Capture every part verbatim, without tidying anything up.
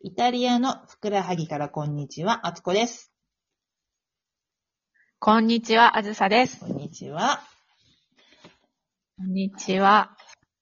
イタリアのふくらはぎからこんにちは、あつこです。 こんにちは、あずさです。 こんにちは。 こんにちは。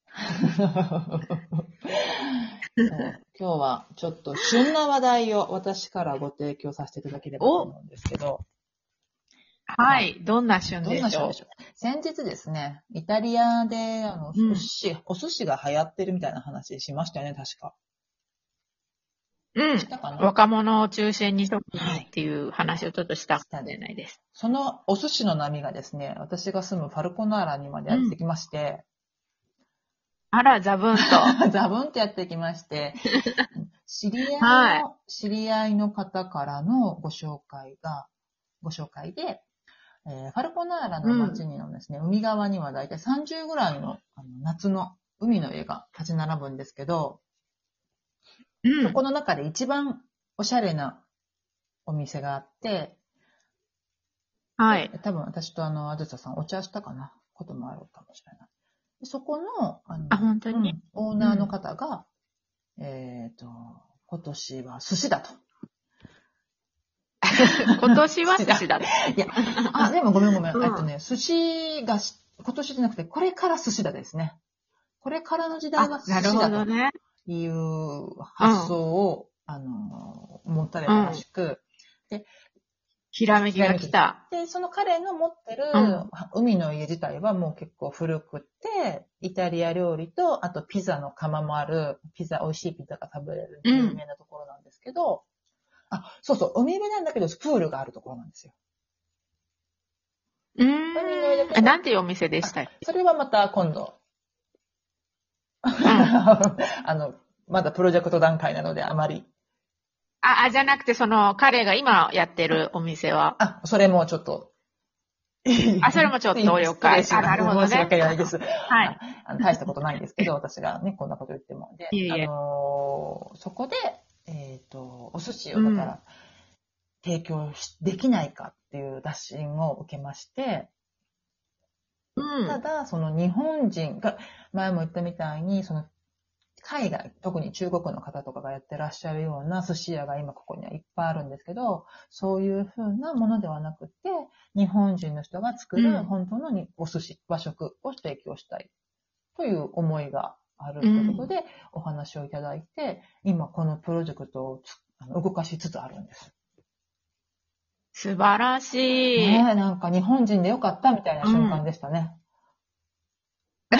今日はちょっと旬な話題を私からご提供させていただければと思うんですけど。 はい、どんな旬でしょう。どんな旬でしょう。 先日ですね、イタリアであの、うん、お寿司、お寿司が流行ってるみたいな話しましたよね、確か。 うん。若者を中心に特にっていう話をちょっとしたかもしれないです。 そのお寿司の波がですね、私が住むファルコナーラにまでやってきまして、 うん、あら、ザブンと。 ザブンとやってきまして、知り合いの、はい、知り合いの方からのご紹介が、ご紹介で、えー、ファルコナーラの街にのですね、うん、海側にはだいたいさんじゅうぐらいの、あの夏の海の家が立ち並ぶんですけど、うん、そこの中で一番おしゃれなお店があって、 はい。 多分私とあの、あずささんお茶したかなこともあるかもしれない。そこの、 あの、あ、本当に、 うん、オーナーの方が、うん、えっと、今年は寿司だと。 今年は寿司だ。 いや、あ、でもごめんごめん。うん、えっとね、寿司が、今年じゃなくて、これから寿司だですね。これからの時代は寿司だという発想を、うん、あの、持たれたらしく、 うん、で、ひらめきが来た。 で、その彼の持ってる海の家自体はもう結構古くて、イタリア料理と、あとピザの窯もある、ピザ、美味しいピザが食べれる有名なところなんですけど、うん、あ、そうそう、海辺なんだけど、プールがあるところなんですよ。 うーん。なんていうお店でしたっけ？ それはまた今度。うん、あの、まだプロジェクト段階なのであまり。 あ、あ、じゃなくて、その、彼が今やってるお店は。 あ、それもちょっと。 あ、それもちょっとお了解。 あ、なるほどね。申し訳ないです。 はい。 あの大したことないんですけど、私がね、こんなこと言っても。で、 いえいえあのー、そこで、えっと、お寿司をだから、うん、提供できないかっていう打診を受けまして、うん、ただ、その日本人が、前も言ったみたいに、その海外、特に中国の方とかがやってらっしゃるような寿司屋が今ここにはいっぱいあるんですけど、そういう風なものではなくて、日本人の人が作る本当のお寿司、和食を提供したいという思いがあるということでお話をいただいて、今このプロジェクトを動かしつつあるんです。 素晴らしい。 ねえ、なんか日本人でよかったみたいな瞬間でしたね。 うん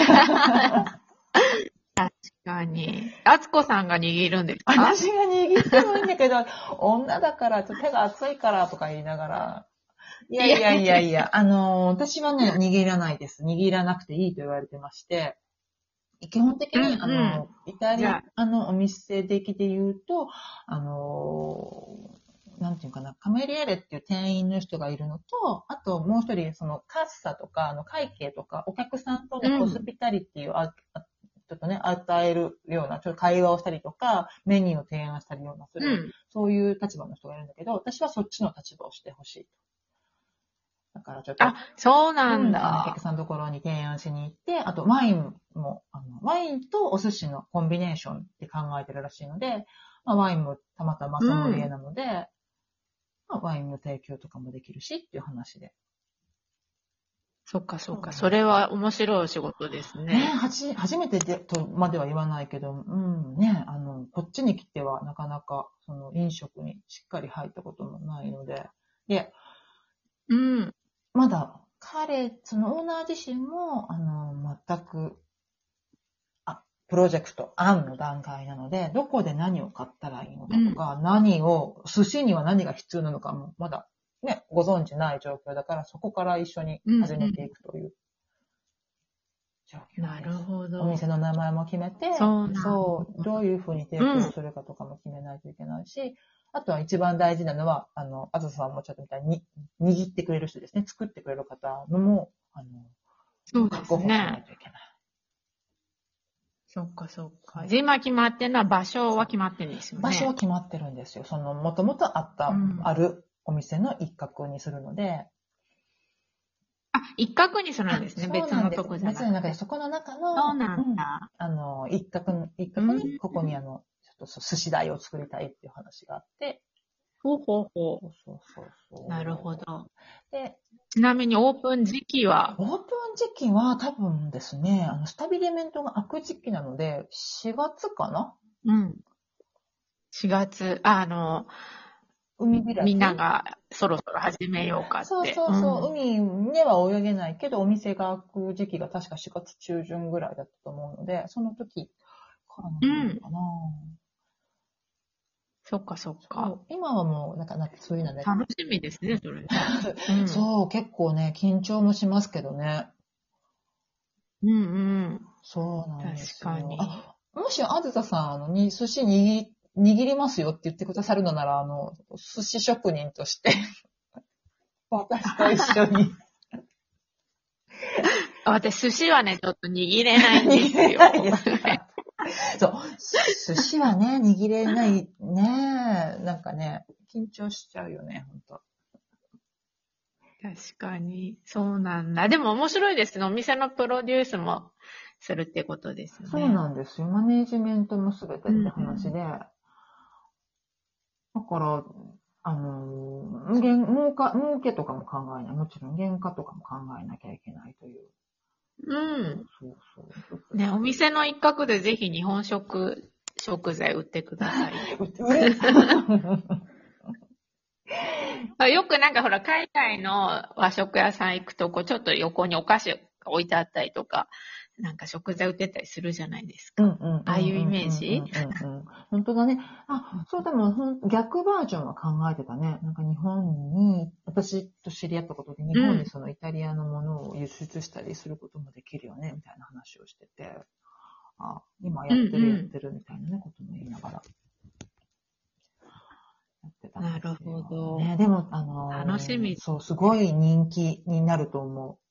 確かに。あつこさんが握るんですか？ 私が握ってもいいんだけど、女だからちょっと手が熱いからとか言いながら。いやいやいやいや、あのー、私はね、握らないです。握らなくていいと言われてまして、基本的に、うんうん、あの、イタリアのお店的で言うと、あのー、なんていうかな、カメリエレっていう店員の人がいるのと、あともう一人、そのカッサとか、あの会計とか、お客さんとのホスピタリティを、うんちょっとね、与えるような、ちょっと会話をしたりとか、メニューを提案したりようなする、うん、そういう立場の人がいるんだけど、私はそっちの立場をしてほしい。だからちょっと。 あ、そうなんだ。 うん、あの、お客さんのところに提案しに行って、あとワインも、あの、ワインとお寿司のコンビネーションって考えてるらしいので、まあ、ワインもたまたまソムリエなので、うんまあ、ワインの提供とかもできるしっていう話で。 そっかそっか。それは面白いお仕事ですね。 ねはじ、初めてでとまでは言わないけど、うんね、あの、こっちに来てはなかなか、その飲食にしっかり入ったこともないので、で、 うん。 まだ彼、そのオーナー自身も、あの、全く、あ、プロジェクト、案の段階なので、どこで何を買ったらいいのかとか、うん、何を、寿司には何が必要なのかも、まだね、ご存知ない状況だから、そこから一緒に始めていくという状況です。 なるほど。 お店の名前も決めて、 そうそう、どういうふうに提供するかとかも決めないといけないし、うん、あとは一番大事なのは、あの、あずささんもおっしゃったみたいに、握ってくれる人ですね、作ってくれる方のも、あの、 そうですね。 ないといけない。 そっかそっか。で、今決まってるのは場所は決まってるんですよね。 場所は決まってるんですよ。その、もともとあった、うん、あるお店の一角にするので。 あ、一角にするんですね。別のとこじゃなくて。 別になんかそこの中の、 そうなんだ。 うん、あの、一角、一角に、ここにあの、ちょっと寿司台を作りたいっていう話があって。 ほうほうほう。 そうそうそうそう。 なるほど。 で、 ちなみにオープン時期はオープン時期は多分ですね、あの、スタビリメントが開く時期なので、しがつかな？ うん。しがつ、あの、 海開きみんながそろそろ始めようかって。 そうそうそう、うん、海では泳げないけど、お店が開く時期が確かしがつ中旬ぐらいだったと思うので、その時からなのかな、うん、 そっかそっか。 今はもう、なんか、なんかそういうのね。 楽しみですね、それ。 うん、そう、結構ね、緊張もしますけどね。 うんうん。 そうなんですよ。 確かに。 あ、もし、あずささん、あの、に、寿司握、握りますよって言ってくださるのなら、あの、寿司職人として、私と一緒に。 私、寿司はね、ちょっと握れないんですよ。 握れないですか？そう。寿司はね、握れない、ね。なんかね、緊張しちゃうよね、ほんと。 確かに。そうなんだ。でも面白いですね。お店のプロデュースもするってことですね。 そうなんですよ。マネージメントもすべてって話で。うんうん、だから、あのー、儲か、儲けとかも考えない。もちろん原価とかも考えなきゃいけないという。 うん。 そうそうそうね、お店の一角でぜひ日本食、食材売ってください。よくなんかほら、海外の和食屋さん行くと、こう、ちょっと横にお菓子が置いてあったりとか、なんか食材売ってたりするじゃないですか。 うんうんうんうんうん、 ああいうイメージ、 うんうん、本当だね。あ、そうでも逆バージョンは考えてたね。なんか日本に、私と知り合ったことで、日本にそのイタリアのものを輸出したりすることもできるよね、みたいな話をしてて、あ、今やってるやってるみたいなね、ことも言いながら。やってたんですよ。なるほど。ね、でも、あのー、 楽しみ。 そう、すごい人気になると思う。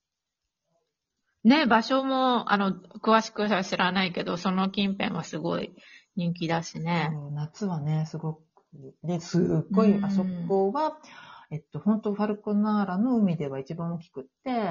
ね、場所も、あの、詳しくは知らないけど、その近辺はすごい人気だしね。 夏はね、すごく、で、すっごい、あそこは、えっと、本当ファルコナーラの海では一番大きくって、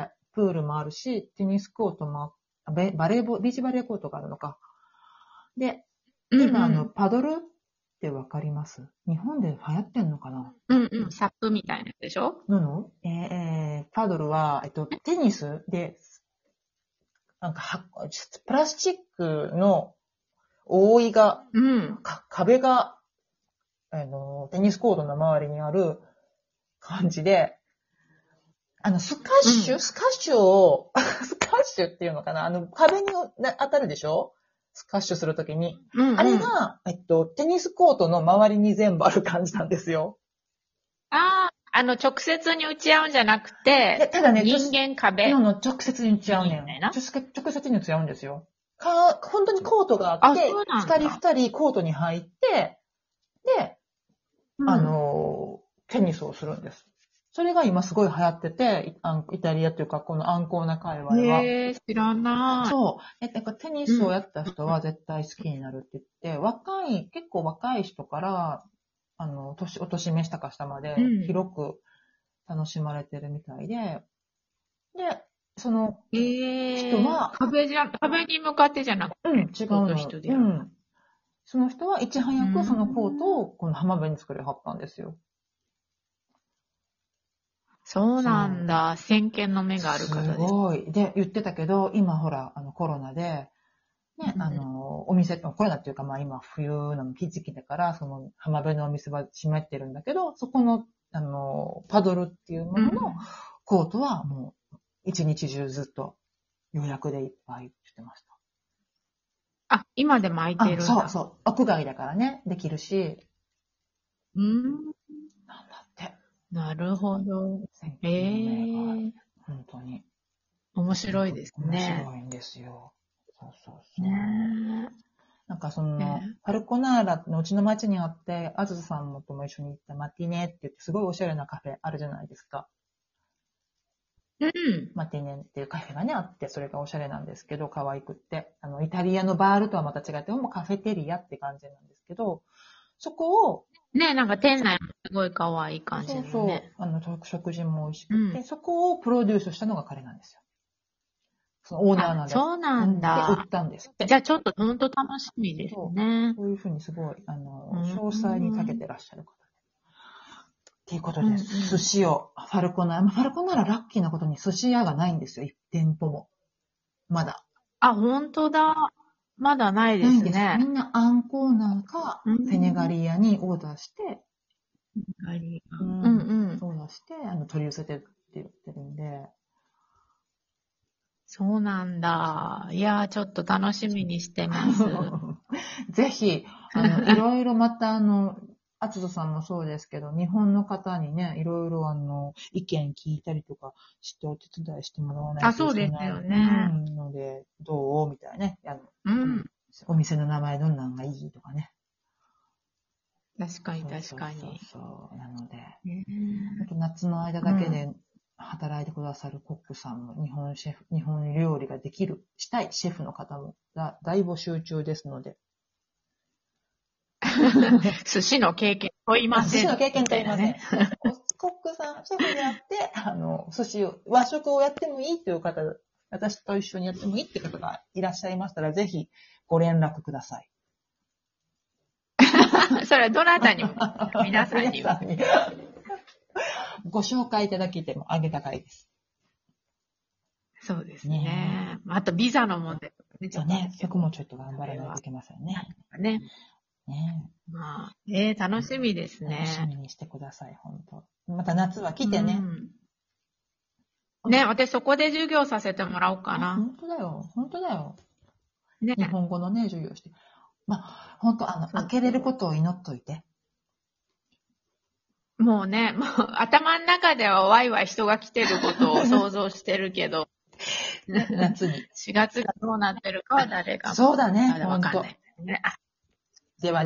プールもあるし、テニスコートも、バレーボール、ビーチバレーコートがあるのか。で、今、うんうん、あの、パドルってわかります？日本で流行ってんのかな？ うんうん、サップみたいなやつでしょ？ ののえー、えー、パドルは、えっと、テニスで、なんかは、プラスチックの覆いが、 うん、 壁が、あの、テニスコートの周りにある感じで、あの、スカッシュ、うん、スカッシュを、スカッシュっていうのかな、あの、壁に当たるでしょ？スカッシュするときに、うんうん。あれが、えっと、テニスコートの周りに全部ある感じなんですよ。 ああ、あの、直接に打ち合うんじゃなくて、ただね、人間壁。 のの直接に打ち合うねん。直接に打ち合うんですよ。か、本当にコートがあって、二人二人コートに入って、で、うん、あの、テニスをするんです。それが今すごい流行ってて、イタリアというか、この暗号な界隈は。 へー、知らない。 そう。え、なんかテニスをやった人は絶対好きになるって言って、うん、若い、結構若い人から、あの、年、お年目したか下まで広く楽しまれてるみたいで、うん、で、その人は、 えー、壁じゃ、壁に向かってじゃなくて、 うん、違うの。人でやる。うん。その人はいち早くそのコートをこの浜辺に作りはったんですよ。 そうなんだ。先見の目がある方です。 すごい。で、言ってたけど、今ほら、あのコロナで、ね、うん、あの、お店、コロナっていうか、まあ今冬の時期だから、その浜辺のお店は閉まってるんだけど、そこの、あの、パドルっていうもののコートはもう一日中ずっと予約でいっぱいしてました。 あ、今でも空いてるんだ。 そうそう。屋外だからね、できるし。 うーん。 なんだって。 なるほど。ええー。 本当に。 面白いですね。 面白いんですよ。そうそうそう。ね、なんかその、ね、パルコナーラのうちの町にあって、あずささんもとも一緒に行ったマティネって言ってすごいおしゃれなカフェあるじゃないですか。 うん。 マティネっていうカフェがね、あって、それがおしゃれなんですけど、可愛くって。あの、イタリアのバールとはまた違って、もうカフェテリアって感じなんですけど、そこを、 ね、なんか店内もすごい可愛い感じのね。 そうそう。あの、食事も美味しくて、うん、そこをプロデュースしたのが彼なんですよ。 そのオーナーなんあ、 で。 そうなんで、売だっ。たんです。 じゃあちょっとほんと楽しみですね。 そういうふうにすごい、あの、 うん詳細に長けてらっしゃる方。っていうことで、 うんうん寿司を、ファルコナー、まあファルコナーはラッキーなことに寿司屋がないんですよ、一店舗も。まだ。 あ、ほんとだ。まだないでないんです。 すね。 みんなあんコーナーか、 うんセネガリアにオーダーして、 ありううんんうん。 オーダーして、あの、取り寄せてるって言ってるんで。 そうなんだ。いやー、ちょっと楽しみにしてます。 ぜひ、あの、いろいろまたあの、あつとさんもそうですけど、日本の方にね、いろいろあの、意見聞いたりとかしてお手伝いしてもらわないあ、 とそうでいけない。 すよね。 うん、ので、どうみたいなね。あの、 うん。 お店の名前どんなんがいいとかね。 確かにそう確かに。 そうそうそう。なので、 ねあと夏の間だけで働いてくださるコックさんも、日本シェフ、日本料理ができる、したいシェフの方もだ大募集中ですので。 寿司の経験問いません。 寿司の経験問いません。 みたいなね。 コックさん、シェフであって、あの、寿司を、和食をやってもいいという方、私と一緒にやってもいいって方がいらっしゃいましたら、ぜひご連絡ください。 それはどなたにも、皆さんにも。 皆さんにご紹介いただけてもあげたかいです。 そうですね。あと、ビザの問題とかね。 そうね、そこもちょっと頑張らないといけませんね。 ね。 ねまあ、えー、楽しみですね。 楽しみにしてください、本当。また夏は来てね。 うん、ね、私そこで授業させてもらおうかな。 本当だよ、本当だよ。 ね。 日本語のね、授業して。まあ、本当あの、開けれることを祈っといて。 もうね、もう頭の中ではワイワイ人が来てることを想像してるけど、 夏に。 しがつがどうなってるかは誰がそうだね、 まだわかんない。ね。 では